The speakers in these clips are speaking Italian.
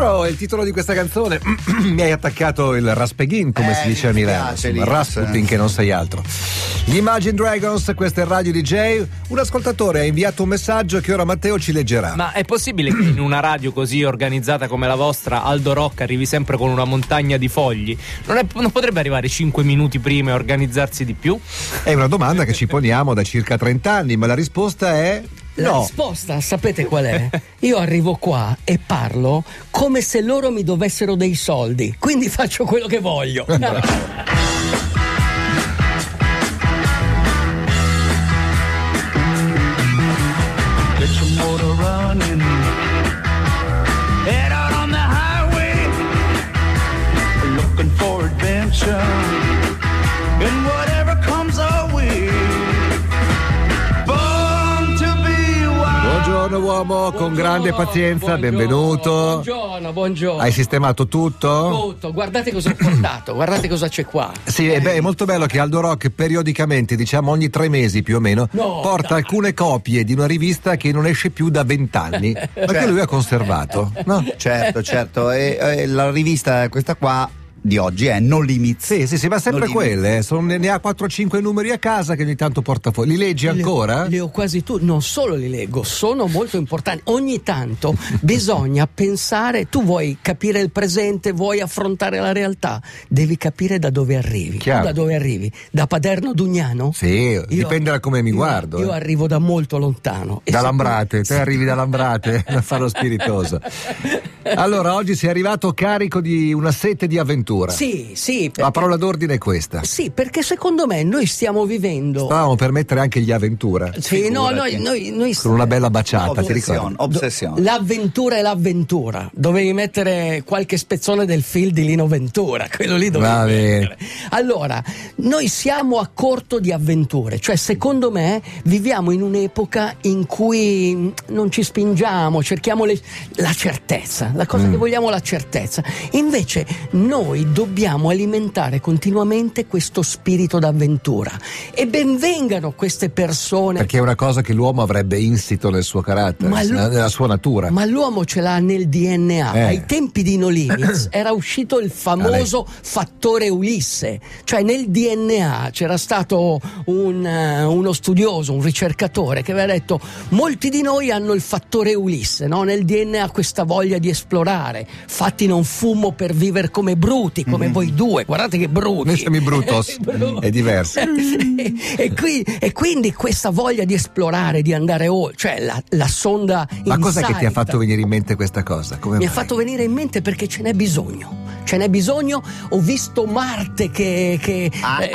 Però il titolo di questa canzone mi hai attaccato il Raspeghin, come si dice a Milano, insomma, Rasputin che non sei altro. Gli Imagine Dragons, questo è Radio DJ. Un ascoltatore ha inviato un messaggio che ora Matteo ci leggerà. Ma è possibile che in una radio così organizzata come la vostra Aldo Rock arrivi sempre con una montagna di fogli? Non potrebbe arrivare 5 minuti prima e organizzarsi di più? È una domanda che ci poniamo da circa 30 anni, ma la risposta è La no. risposta, sapete qual è? Io arrivo qua e parlo come se loro mi dovessero dei soldi, quindi faccio quello che voglio. Get your motor running. Head out on the highway, looking for adventure, and whatever comes our way. Born to be wild. Buongiorno uomo, con grande pazienza, benvenuto. Buongiorno. Hai sistemato tutto? Tutto, guardate cosa ho portato, guardate cosa c'è qua. Sì, è molto bello che Aldo Rock periodicamente, diciamo ogni 3 mesi più o meno, porta alcune copie di una rivista che non esce più da 20 anni, ma che lui ha conservato, no? Certo, e la rivista questa qua di oggi è No Limits. Sì, ma sempre No quelle, ne ha 4-5 numeri a casa che ogni tanto porta fuori. Li leggi ancora? Li ho quasi tutti, non solo li leggo, sono molto importanti. Ogni tanto bisogna pensare, tu vuoi capire il presente, vuoi affrontare la realtà, devi capire da dove arrivi. Tu da dove arrivi? Da Paderno Dugnano? Sì, dipende da come mi guardo. Io arrivo da molto lontano. Da Lambrate, te arrivi da Lambrate a fare lo spiritoso. Allora, oggi sei arrivato carico di una sete di avventura. Sì. Perché, la parola d'ordine è questa. Sì, perché secondo me noi stiamo vivendo. Stavamo per mettere anche gli avventura. Sì, no, noi con una bella baciata, ti ricordi? Ossessione. L'avventura è l'avventura. Dovevi mettere qualche spezzone del film di Lino Ventura, quello lì dovevi mettere. Allora, noi siamo a corto di avventure, cioè secondo me viviamo in un'epoca in cui non ci spingiamo, cerchiamo la certezza, la cosa che vogliamo è la certezza. Invece noi dobbiamo alimentare continuamente questo spirito d'avventura e ben vengano queste persone, perché è una cosa che l'uomo avrebbe insito nel suo carattere, nella sua natura. Ma l'uomo ce l'ha nel DNA. Ai tempi di No Limits era uscito il famoso fattore Ulisse, cioè nel DNA c'era stato uno studioso, un ricercatore che aveva detto: molti di noi hanno il fattore Ulisse, no? Nel DNA questa voglia di esplorare. Fatti non fumo per vivere come bruti, come voi due, guardate che bruti. Noi siamo i brutos, è diverso. e quindi questa voglia di esplorare, di andare oltre, cioè la sonda insight. Ma cos'è che ti ha fatto venire in mente questa cosa? Come mi mai? ha fatto venire in mente perché ce n'è bisogno. Ho visto Marte che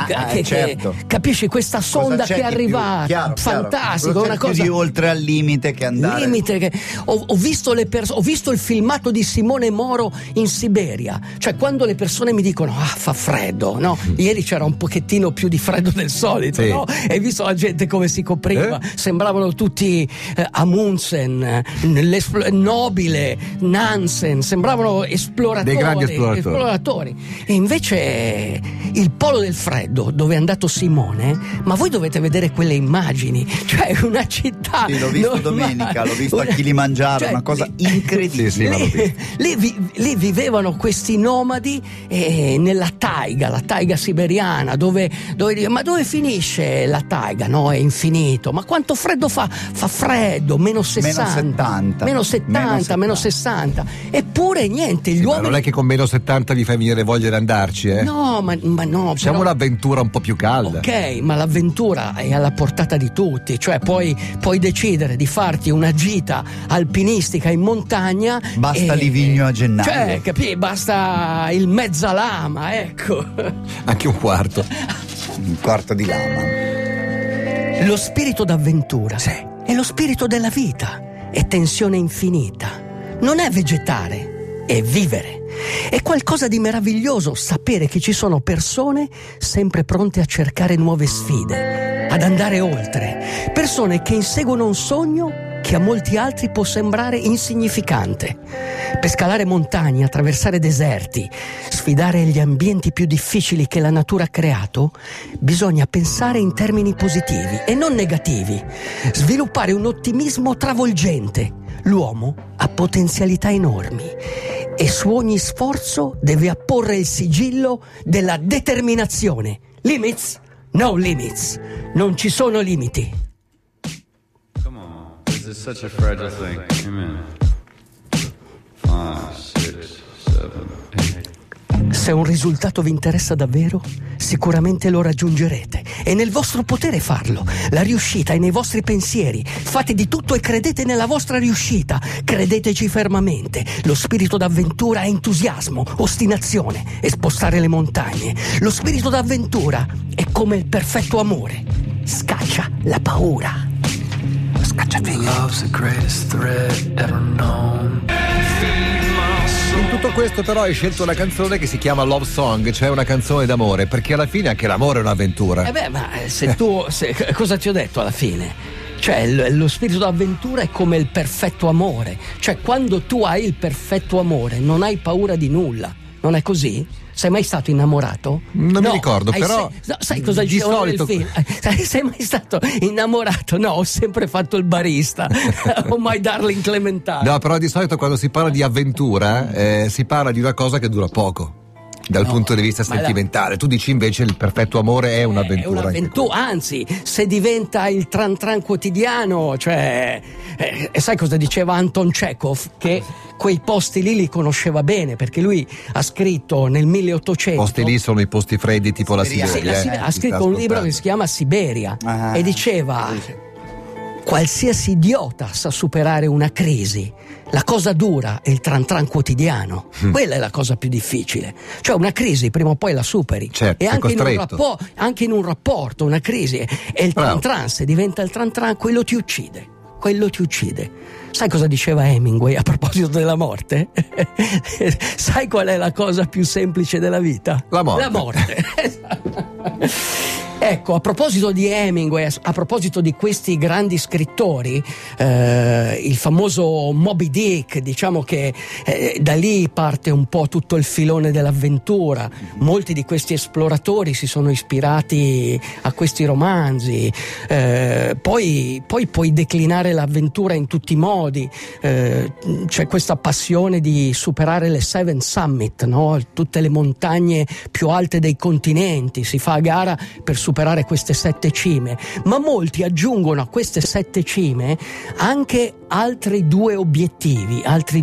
capisci, questa sonda che è arrivata, fantastico, una cosa di oltre al limite che andare. Ho visto ho visto il filmato di Simone Moro in Siberia, cioè quando le persone mi dicono fa freddo, no? Ieri c'era un pochettino più di freddo del solito, no? E hai visto la gente come si copriva, sembravano tutti Amundsen, Nobile, Nansen, sembravano esploratori, dei grandi esploratori. E invece il polo del freddo dove è andato Simone, ma voi dovete vedere quelle immagini, cioè una città. Sì, l'ho visto domenica, l'ho visto a Kilimangiaro, cioè, una cosa incredibile. Lì vivevano questi nomadi nella taiga, la taiga siberiana, dove ma dove finisce la taiga? No, è infinito. Ma quanto freddo fa? Fa freddo, meno 60, meno 70, meno 60. Eppure niente, gli uomini. Ma non è che con meno 70 vi fai venire voglia di andarci, eh? No, ma no. Siamo un'avventura un po' più calda. Ok, ma l'avventura è alla portata di tutti, cioè puoi decidere di farti una gita alpinistica in montagna. Basta Livigno a gennaio. Cioè, capisci? Basta il mezzalama, ecco. Anche un quarto. Un quarto di lama. Lo spirito d'avventura è lo spirito della vita, è tensione infinita. Non è vegetare, è vivere. È qualcosa di meraviglioso sapere che ci sono persone sempre pronte a cercare nuove sfide, ad andare oltre. Persone che inseguono un sogno che a molti altri può sembrare insignificante. Per scalare montagne, attraversare deserti, sfidare gli ambienti più difficili che la natura ha creato, bisogna pensare in termini positivi e non negativi, sviluppare un ottimismo travolgente. L'uomo ha potenzialità enormi e su ogni sforzo deve apporre il sigillo della determinazione. Limits? No limits. Non ci sono limiti. Come on, this is such a fragile thing. Amen. 5, 6, 7, 8. Se un risultato vi interessa davvero, sicuramente lo raggiungerete. È nel vostro potere farlo. La riuscita è nei vostri pensieri. Fate di tutto e credete nella vostra riuscita. Credeteci fermamente. Lo spirito d'avventura è entusiasmo, ostinazione e spostare le montagne. Lo spirito d'avventura è come il perfetto amore. Scaccia la paura. Scaccia figa. Love's the greatest threat ever known. In tutto questo però hai scelto una canzone che si chiama Love Song, cioè una canzone d'amore, perché alla fine anche l'amore è un'avventura. Ma cosa ti ho detto alla fine? Cioè lo spirito d'avventura è come il perfetto amore. Cioè quando tu hai il perfetto amore non hai paura di nulla. Non è così? Sei mai stato innamorato? Non mi ricordo, però sai cosa di dicevano solito nel film? Sei mai stato innamorato? No, ho sempre fatto il barista. Oh my darling Clementine. No, però di solito quando si parla di avventura si parla di una cosa che dura poco dal punto di vista sentimentale. Tu dici invece il perfetto amore è un'avventura. È un'avventura, anzi, se diventa il tran tran quotidiano, cioè sai cosa diceva Anton Chekhov? Che quei posti lì li conosceva bene, perché lui ha scritto nel 1800. Posti lì sono i posti freddi tipo la Siberia. Sì, ha scritto un libro che si chiama Siberia e diceva: qualsiasi idiota sa superare una crisi. La cosa dura è il tran tran quotidiano. Quella è la cosa più difficile. Cioè una crisi prima o poi la superi. Certo, e anche in un rapporto una crisi è il tran tran. Se diventa il tran tran, quello ti uccide. Sai cosa diceva Hemingway a proposito della morte? Sai qual è la cosa più semplice della vita? La morte. La morte. Ecco, a proposito di Hemingway, a proposito di questi grandi scrittori, il famoso Moby Dick, diciamo che da lì parte un po' tutto il filone dell'avventura. Molti di questi esploratori si sono ispirati a questi romanzi. Poi puoi declinare l'avventura in tutti i modi. C'è questa passione di superare le Seven Summit, no? Tutte le montagne più alte dei continenti. Si fa a gara per superare queste 7 cime, ma molti aggiungono a queste 7 cime anche altri due obiettivi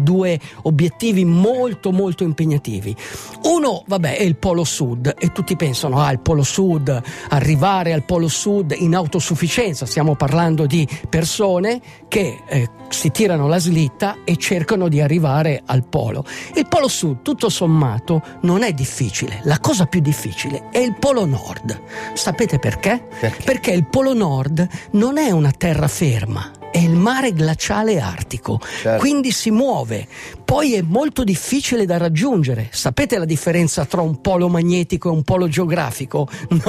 molto molto impegnativi. Uno, è il Polo Sud, e tutti pensano il Polo Sud, arrivare al Polo Sud in autosufficienza. Stiamo parlando di persone che si tirano la slitta e cercano di arrivare al Polo. Il Polo Sud, tutto sommato, non è difficile. La cosa più difficile è il Polo Nord. Sapete perché? Perché il Polo Nord non è una terraferma, è il mare glaciale artico, quindi si muove. Poi è molto difficile da raggiungere. Sapete la differenza tra un polo magnetico e un polo geografico?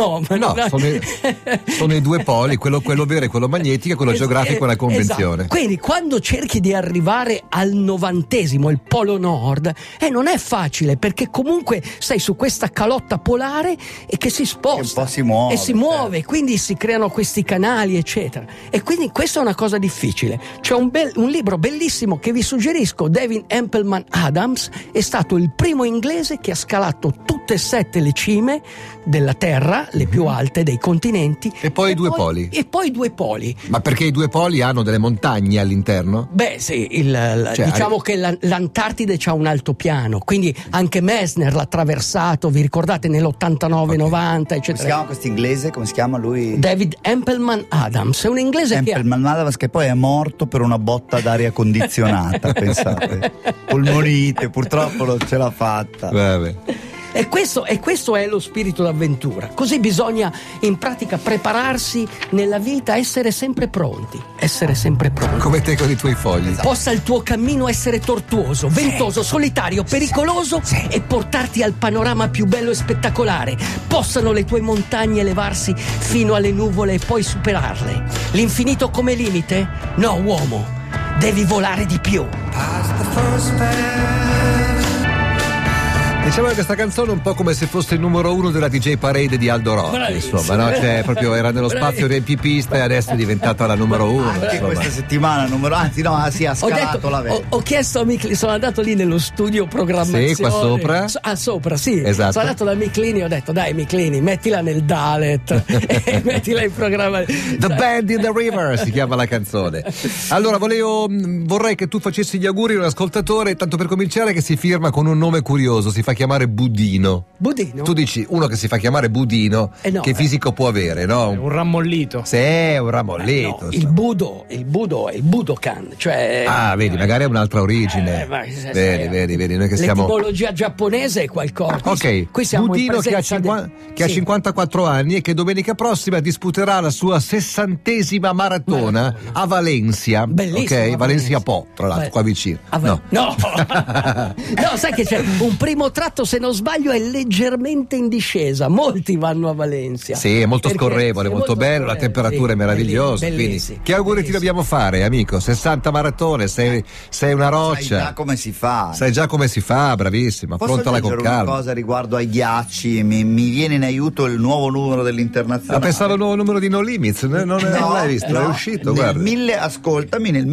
Sono i due poli, quello vero è quello magnetico e quello geografico è la convenzione. Esatto. Quindi quando cerchi di arrivare al 90°, il polo nord, non è facile, perché comunque sei su questa calotta polare e che si sposta, un po' si muove, e si muove, quindi si creano questi canali eccetera, e quindi questa è una cosa difficile. C'è un libro bellissimo che vi suggerisco, David Empelman Adams, è stato il primo inglese che ha scalato tutte e 7 le cime della Terra, le più alte dei continenti, e poi i due poli. E poi 2 poli. Ma perché i 2 poli hanno delle montagne all'interno? Beh sì, diciamo che l'Antartide c'ha un altopiano, quindi anche Messner l'ha attraversato, vi ricordate, nell'89-90 eccetera. Come si chiama questo inglese? Come si chiama lui? David Empelman Adams, è un inglese Empelman Adams, che poi è morto per una botta d'aria condizionata, pensate. Polmonite, purtroppo non ce l'ha fatta. Vabbè. E questo è lo spirito d'avventura. Così bisogna in pratica prepararsi nella vita, essere sempre pronti. Come te con i tuoi fogli. Possa il tuo cammino essere tortuoso, ventoso, solitario, pericoloso e portarti al panorama più bello e spettacolare. Possano le tue montagne elevarsi fino alle nuvole e poi superarle. L'infinito come limite? No, uomo, devi volare di più. Diciamo che questa canzone è un po' come se fosse il numero 1 della DJ Parade di Aldo Rock, insomma, no? Cioè, proprio era nello spazio riempipista e adesso è diventata la numero 1. Anche questa settimana numero, anzi no, ha scalato la vecchia. Ho chiesto a Miclini, sono andato lì nello studio programmazione. Sì, qua sopra. Sopra, sì. Esatto. Sono andato da Miclini e ho detto, dai Miclini, mettila nel Dalet e mettila in programma. The Band in the River si chiama la canzone. Allora, vorrei che tu facessi gli auguri a un ascoltatore, tanto per cominciare, che si firma con un nome curioso, si fa chiamare Budino. Budino? Tu dici, uno che si fa chiamare Budino, no, che fisico può avere, no? Un rammollito. Sì, un rammollito. No, il Budo è il Budokan, cioè. Vedi, magari è un'altra origine. Vedi, noi che siamo. L'etimologia giapponese è qualcosa. Ok, qui siamo Budino che ha 54 anni e che domenica prossima disputerà la sua 60ª maratona a Valencia. Bellissima. Ok, Valencia Po, tra l'altro, qua vicino. No, sai che c'è un primo tratto, se non sbaglio, è leggermente in discesa. Molti vanno a Valencia. Sì, è molto scorrevole, molto bello, la temperatura è meravigliosa. Quindi, che auguri ti dobbiamo fare, amico? 60 maratone, sei una roccia. Sai già come si fa. Sai già come si fa, bravissima. Affrontala con calma. Una cosa riguardo ai ghiacci, mi viene in aiuto il nuovo numero dell'Internazionale. Pensavo al nuovo numero di No Limits, non l'hai visto, è uscito, guarda. Ascoltami, nel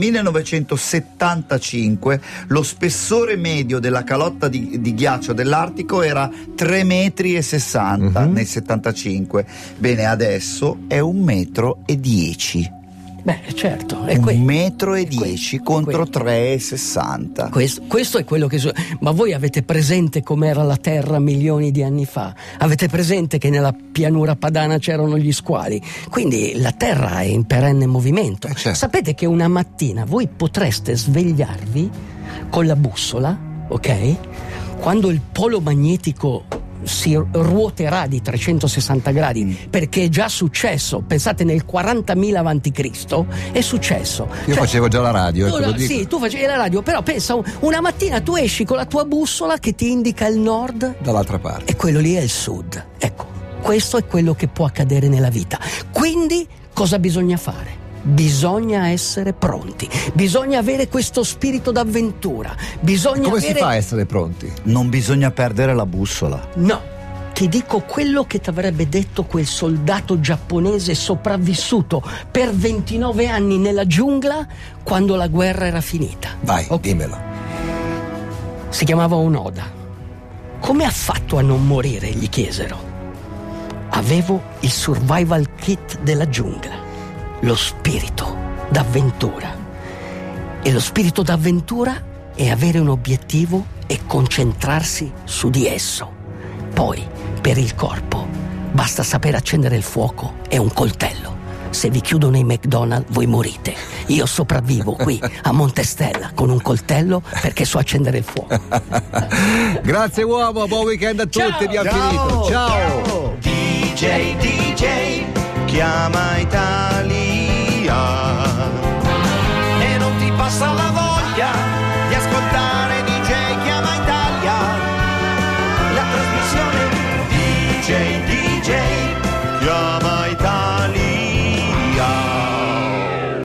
1975 lo spessore medio della calotta di ghiaccio dell'Artico era 3,60 metri nel 75. Bene, adesso è 1,10 metri. Beh, certo, è 1,10 metri contro 3,60. Questo è quello che. Ma voi avete presente com'era la Terra milioni di anni fa? Avete presente che nella pianura padana c'erano gli squali? Quindi la Terra è in perenne movimento. Certo. Sapete che una mattina voi potreste svegliarvi con la bussola, ok? Quando il polo magnetico si ruoterà di 360 gradi, perché è già successo. Pensate, nel 40.000 avanti Cristo è successo. Io facevo già la radio, te lo dico. Sì, tu facevi la radio, però pensa, una mattina tu esci con la tua bussola che ti indica il nord dall'altra parte e quello lì è il sud. Ecco, questo è quello che può accadere nella vita. Quindi cosa bisogna fare? Bisogna essere pronti, bisogna avere questo spirito d'avventura. Come si fa a essere pronti? Non bisogna perdere la bussola. No, ti dico quello che ti avrebbe detto quel soldato giapponese sopravvissuto per 29 anni nella giungla quando la guerra era finita. Vai, dimmelo. Si chiamava Onoda. Come ha fatto a non morire? Gli chiesero. Avevo il survival kit della giungla. Lo spirito d'avventura. E lo spirito d'avventura è avere un obiettivo e concentrarsi su di esso. Poi, per il corpo, basta saper accendere il fuoco e un coltello. Se vi chiudono i McDonald's, voi morite. Io sopravvivo qui a Montestella con un coltello perché so accendere il fuoco. Grazie uomo, buon weekend a tutti, abbiamo finito. Ciao! DJ, chiama Italia.